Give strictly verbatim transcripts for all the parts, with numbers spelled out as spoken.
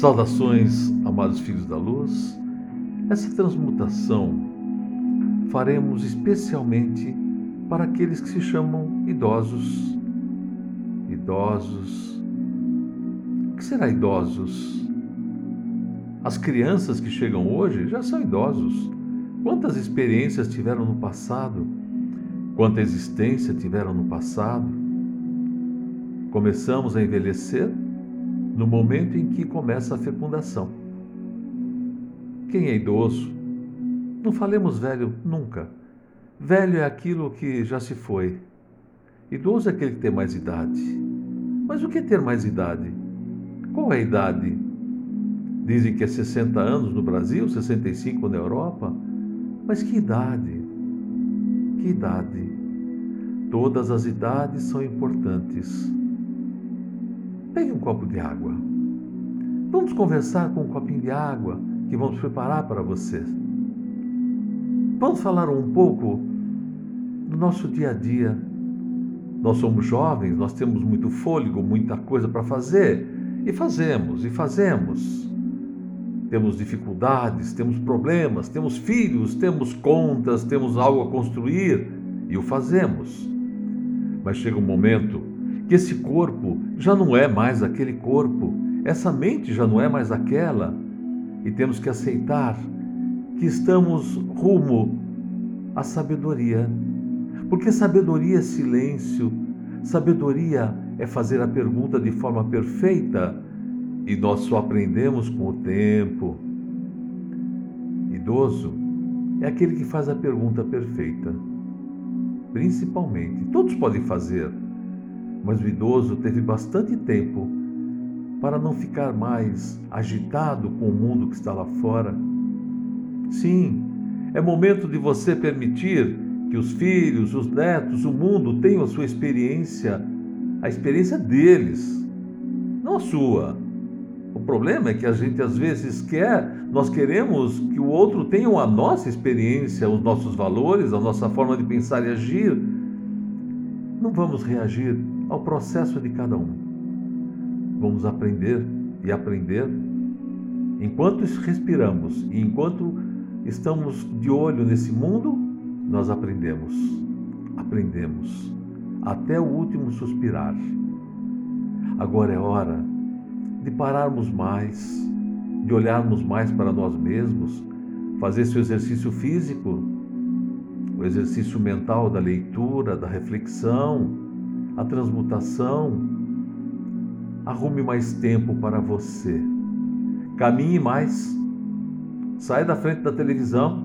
Saudações, amados filhos da luz. Essa transmutação faremos especialmente para aqueles que se chamam idosos. Idosos. O que será idosos? As crianças que chegam hoje já são idosos. Quantas experiências tiveram no passado? Quanta existência tiveram no passado? Começamos a envelhecer no momento em que começa a fecundação. Quem é idoso? Não falemos velho nunca. Velho é aquilo que já se foi. Idoso é aquele que tem mais idade. Mas o que é ter mais idade? Qual é a idade? Dizem que é sessenta anos no Brasil, sessenta e cinco na Europa. Mas que idade? Que idade? Todas as idades são importantes. Pegue um copo de água. Vamos conversar com um copinho de água que vamos preparar para você. Vamos falar um pouco do nosso dia a dia. Nós somos jovens, nós temos muito fôlego, muita coisa para fazer. E fazemos, e fazemos. Temos dificuldades, temos problemas, temos filhos, temos contas, temos algo a construir e o fazemos. Mas chega um momento que esse corpo já não é mais aquele corpo, essa mente já não é mais aquela, e temos que aceitar que estamos rumo à sabedoria, porque sabedoria é silêncio, sabedoria é fazer a pergunta de forma perfeita, e nós só aprendemos com o tempo. Idoso é aquele que faz a pergunta perfeita, principalmente, todos podem fazer, mas o idoso teve bastante tempo para não ficar mais agitado com o mundo que está lá fora. Sim, é momento de você permitir que os filhos, os netos, o mundo tenham a sua experiência, a experiência deles, não a sua. O problema é que a gente às vezes quer, nós queremos que o outro tenha a nossa experiência, os nossos valores, a nossa forma de pensar e agir. Não vamos reagir ao processo de cada um. Vamos aprender e aprender. Enquanto respiramos e enquanto estamos de olho nesse mundo, nós aprendemos. Aprendemos. Até o último suspirar. Agora é hora de pararmos mais, de olharmos mais para nós mesmos, fazer seu exercício físico, o exercício mental da leitura, da reflexão, a transmutação. Arrume mais tempo para você. Caminhe mais. Saia da frente da televisão.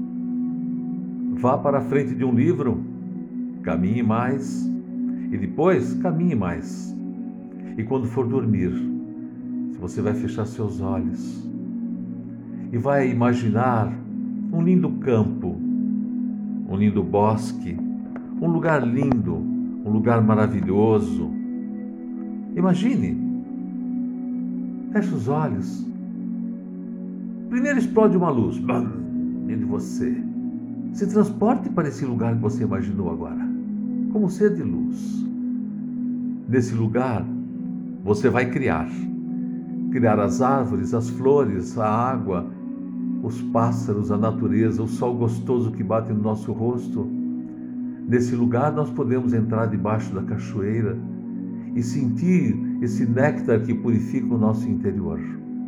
Vá para a frente de um livro. Caminhe mais. E depois, caminhe mais. E quando for dormir, você vai fechar seus olhos e vai imaginar um lindo campo, um lindo bosque, um lugar lindo, um lugar maravilhoso. Imagine, feche os olhos. Primeiro explode uma luz, bam, dentro de você. Se transporte para esse lugar que você imaginou agora, como ser de luz. Nesse lugar, você vai criar. Criar as árvores, as flores, a água, os pássaros, a natureza, o sol gostoso que bate no nosso rosto. Nesse lugar nós podemos entrar debaixo da cachoeira e sentir esse néctar que purifica o nosso interior.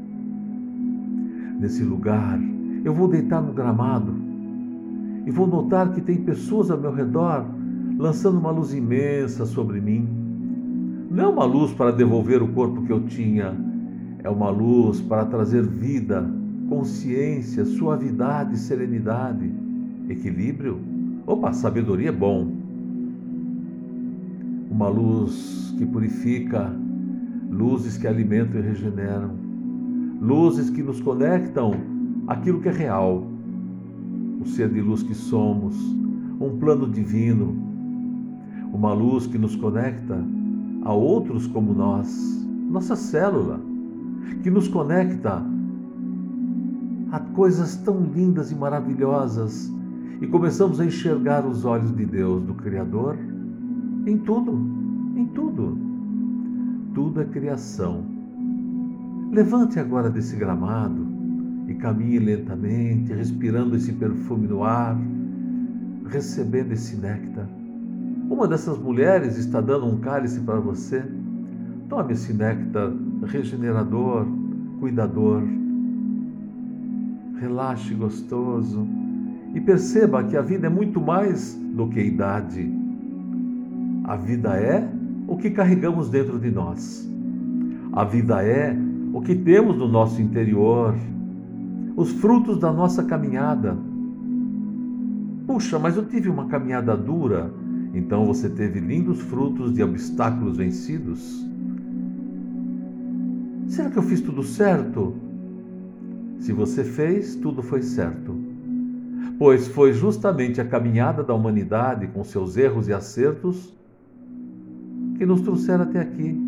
Nesse lugar eu vou deitar no gramado e vou notar que tem pessoas ao meu redor lançando uma luz imensa sobre mim. Não é uma luz para devolver o corpo que eu tinha, é uma luz para trazer vida, consciência, suavidade, serenidade, equilíbrio. Opa, sabedoria é bom. Uma luz que purifica, luzes que alimentam e regeneram, luzes que nos conectam àquilo que é real, o ser de luz que somos, um plano divino, uma luz que nos conecta a outros como nós, nossa célula, que nos conecta a coisas tão lindas e maravilhosas e começamos a enxergar os olhos de Deus, do Criador, em tudo, em tudo. Tudo é criação. Levante agora desse gramado e caminhe lentamente, respirando esse perfume no ar, recebendo esse néctar. Uma dessas mulheres está dando um cálice para você. Tome esse néctar regenerador, cuidador. Relaxe gostoso e perceba que a vida é muito mais do que idade. A vida é o que carregamos dentro de nós. A vida é o que temos no nosso interior, os frutos da nossa caminhada. Puxa, mas eu tive uma caminhada dura. Então você teve lindos frutos de obstáculos vencidos? Será que eu fiz tudo certo? Se você fez, tudo foi certo. Pois foi justamente a caminhada da humanidade com seus erros e acertos que nos trouxeram até aqui.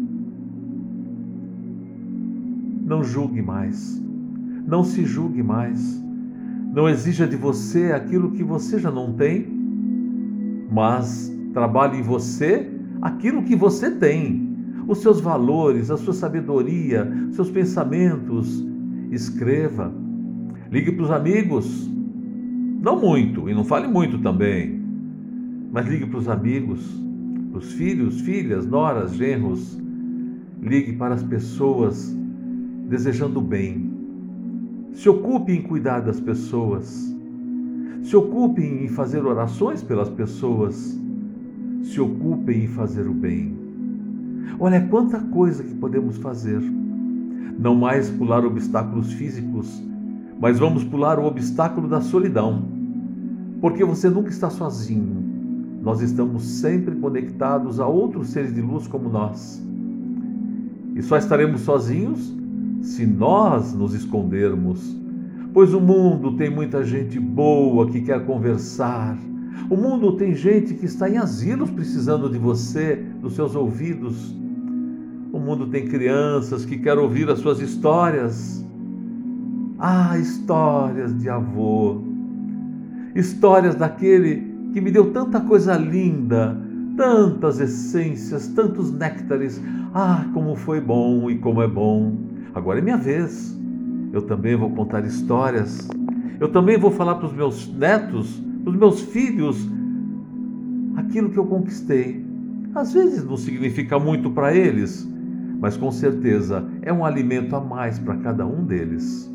Não julgue mais. Não se julgue mais. Não exija de você aquilo que você já não tem, mas trabalhe em você aquilo que você tem. Os seus valores, a sua sabedoria, seus pensamentos. Escreva. Ligue para os amigos. Não muito, e não fale muito também. Mas ligue para os amigos, para os filhos, filhas, noras, genros. Ligue para as pessoas desejando o bem. Se ocupe em cuidar das pessoas. Se ocupem em fazer orações pelas pessoas. Se ocupem em fazer o bem. Olha quanta coisa que podemos fazer. Não mais pular obstáculos físicos, mas vamos pular o obstáculo da solidão. Porque você nunca está sozinho. Nós estamos sempre conectados a outros seres de luz como nós. E só estaremos sozinhos se nós nos escondermos. Pois o mundo tem muita gente boa que quer conversar. O mundo tem gente que está em asilos precisando de você, dos seus ouvidos. O mundo tem crianças que querem ouvir as suas histórias. Ah, histórias de avô. Histórias daquele que me deu tanta coisa linda, tantas essências, tantos néctares. Ah, como foi bom e como é bom. Agora é minha vez. Eu também vou contar histórias. Eu também vou falar para os meus netos, para os meus filhos, aquilo que eu conquistei. Às vezes não significa muito para eles, mas com certeza é um alimento a mais para cada um deles.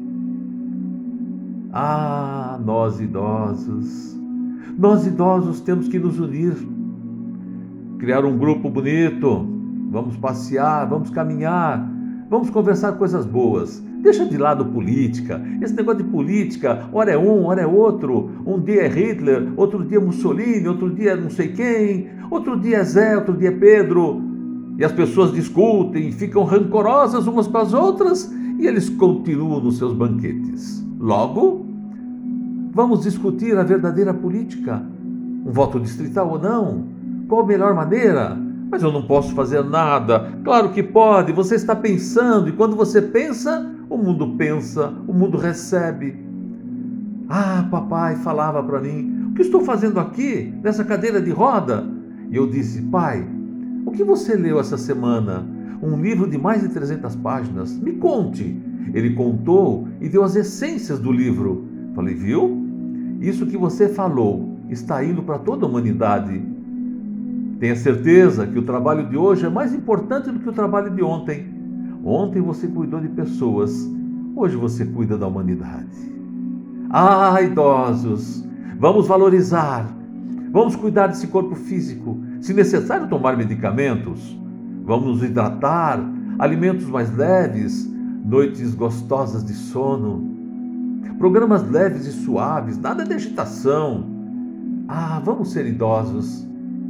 Ah, nós idosos, nós idosos temos que nos unir, criar um grupo bonito, vamos passear, vamos caminhar, vamos conversar coisas boas. Deixa de lado política, esse negócio de política, ora é um, ora é outro, um dia é Hitler, outro dia é Mussolini, outro dia é não sei quem, outro dia é Zé, outro dia é Pedro, e as pessoas discutem, ficam rancorosas umas com as outras, e eles continuam nos seus banquetes. Logo, vamos discutir a verdadeira política, um voto distrital ou não, qual a melhor maneira? Mas eu não posso fazer nada. Claro que pode, você está pensando, e quando você pensa, o mundo pensa, o mundo recebe. Ah, papai falava para mim, o que estou fazendo aqui, nessa cadeira de roda? E eu disse, pai, o que você leu essa semana? Um livro de mais de trezentas páginas, me conte. Ele contou e deu as essências do livro. Falei, viu? Isso que você falou está indo para toda a humanidade. Tenha certeza que o trabalho de hoje é mais importante do que o trabalho de ontem. Ontem você cuidou de pessoas, hoje você cuida da humanidade. Ah, idosos, vamos valorizar, vamos cuidar desse corpo físico, se necessário tomar medicamentos, vamos nos hidratar, alimentos mais leves, noites gostosas de sono, programas leves e suaves, nada de agitação. Ah, vamos ser idosos.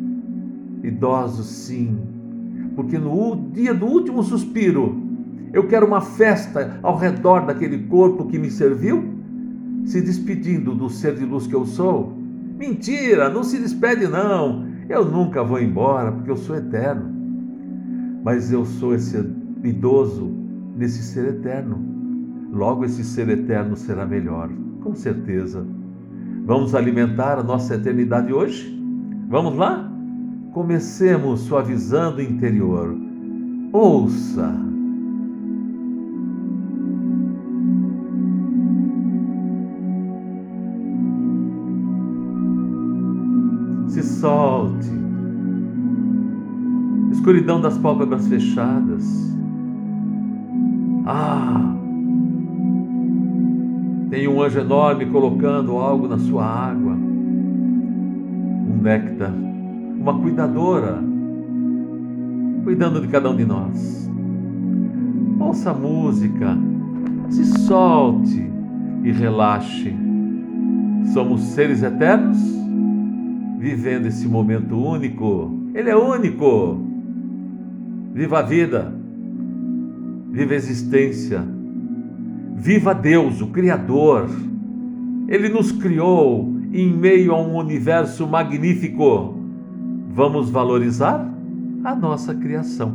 Idosos, sim, porque no dia do último suspiro, eu quero uma festa ao redor daquele corpo que me serviu, se despedindo do ser de luz que eu sou. Mentira, não se despede não, eu nunca vou embora, porque eu sou eterno. Mas eu sou esse idoso nesse ser eterno. Logo esse ser eterno será melhor, com certeza. Vamos alimentar a nossa eternidade hoje? Vamos lá? Comecemos suavizando o interior. Ouça. Se solte. Escuridão das pálpebras fechadas. Ah! Tem um anjo enorme colocando algo na sua água. Um néctar. Uma cuidadora. Cuidando de cada um de nós. Ouça a música. Se solte e relaxe. Somos seres eternos, vivendo esse momento único. Ele é único. Viva a vida. Viva a existência. Viva Deus, o Criador. Ele nos criou em meio a um universo magnífico. Vamos valorizar a nossa criação.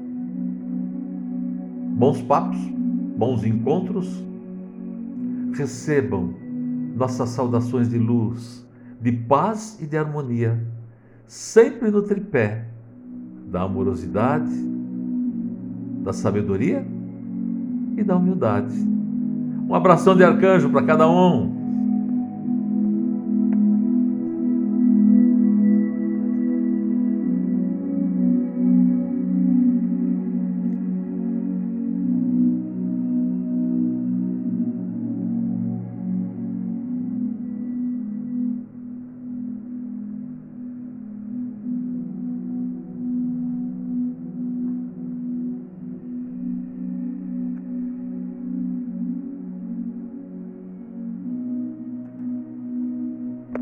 Bons papos, bons encontros. Recebam nossas saudações de luz, de paz e de harmonia, sempre no tripé da amorosidade, da sabedoria e da humildade. Um abração de arcanjo para cada um.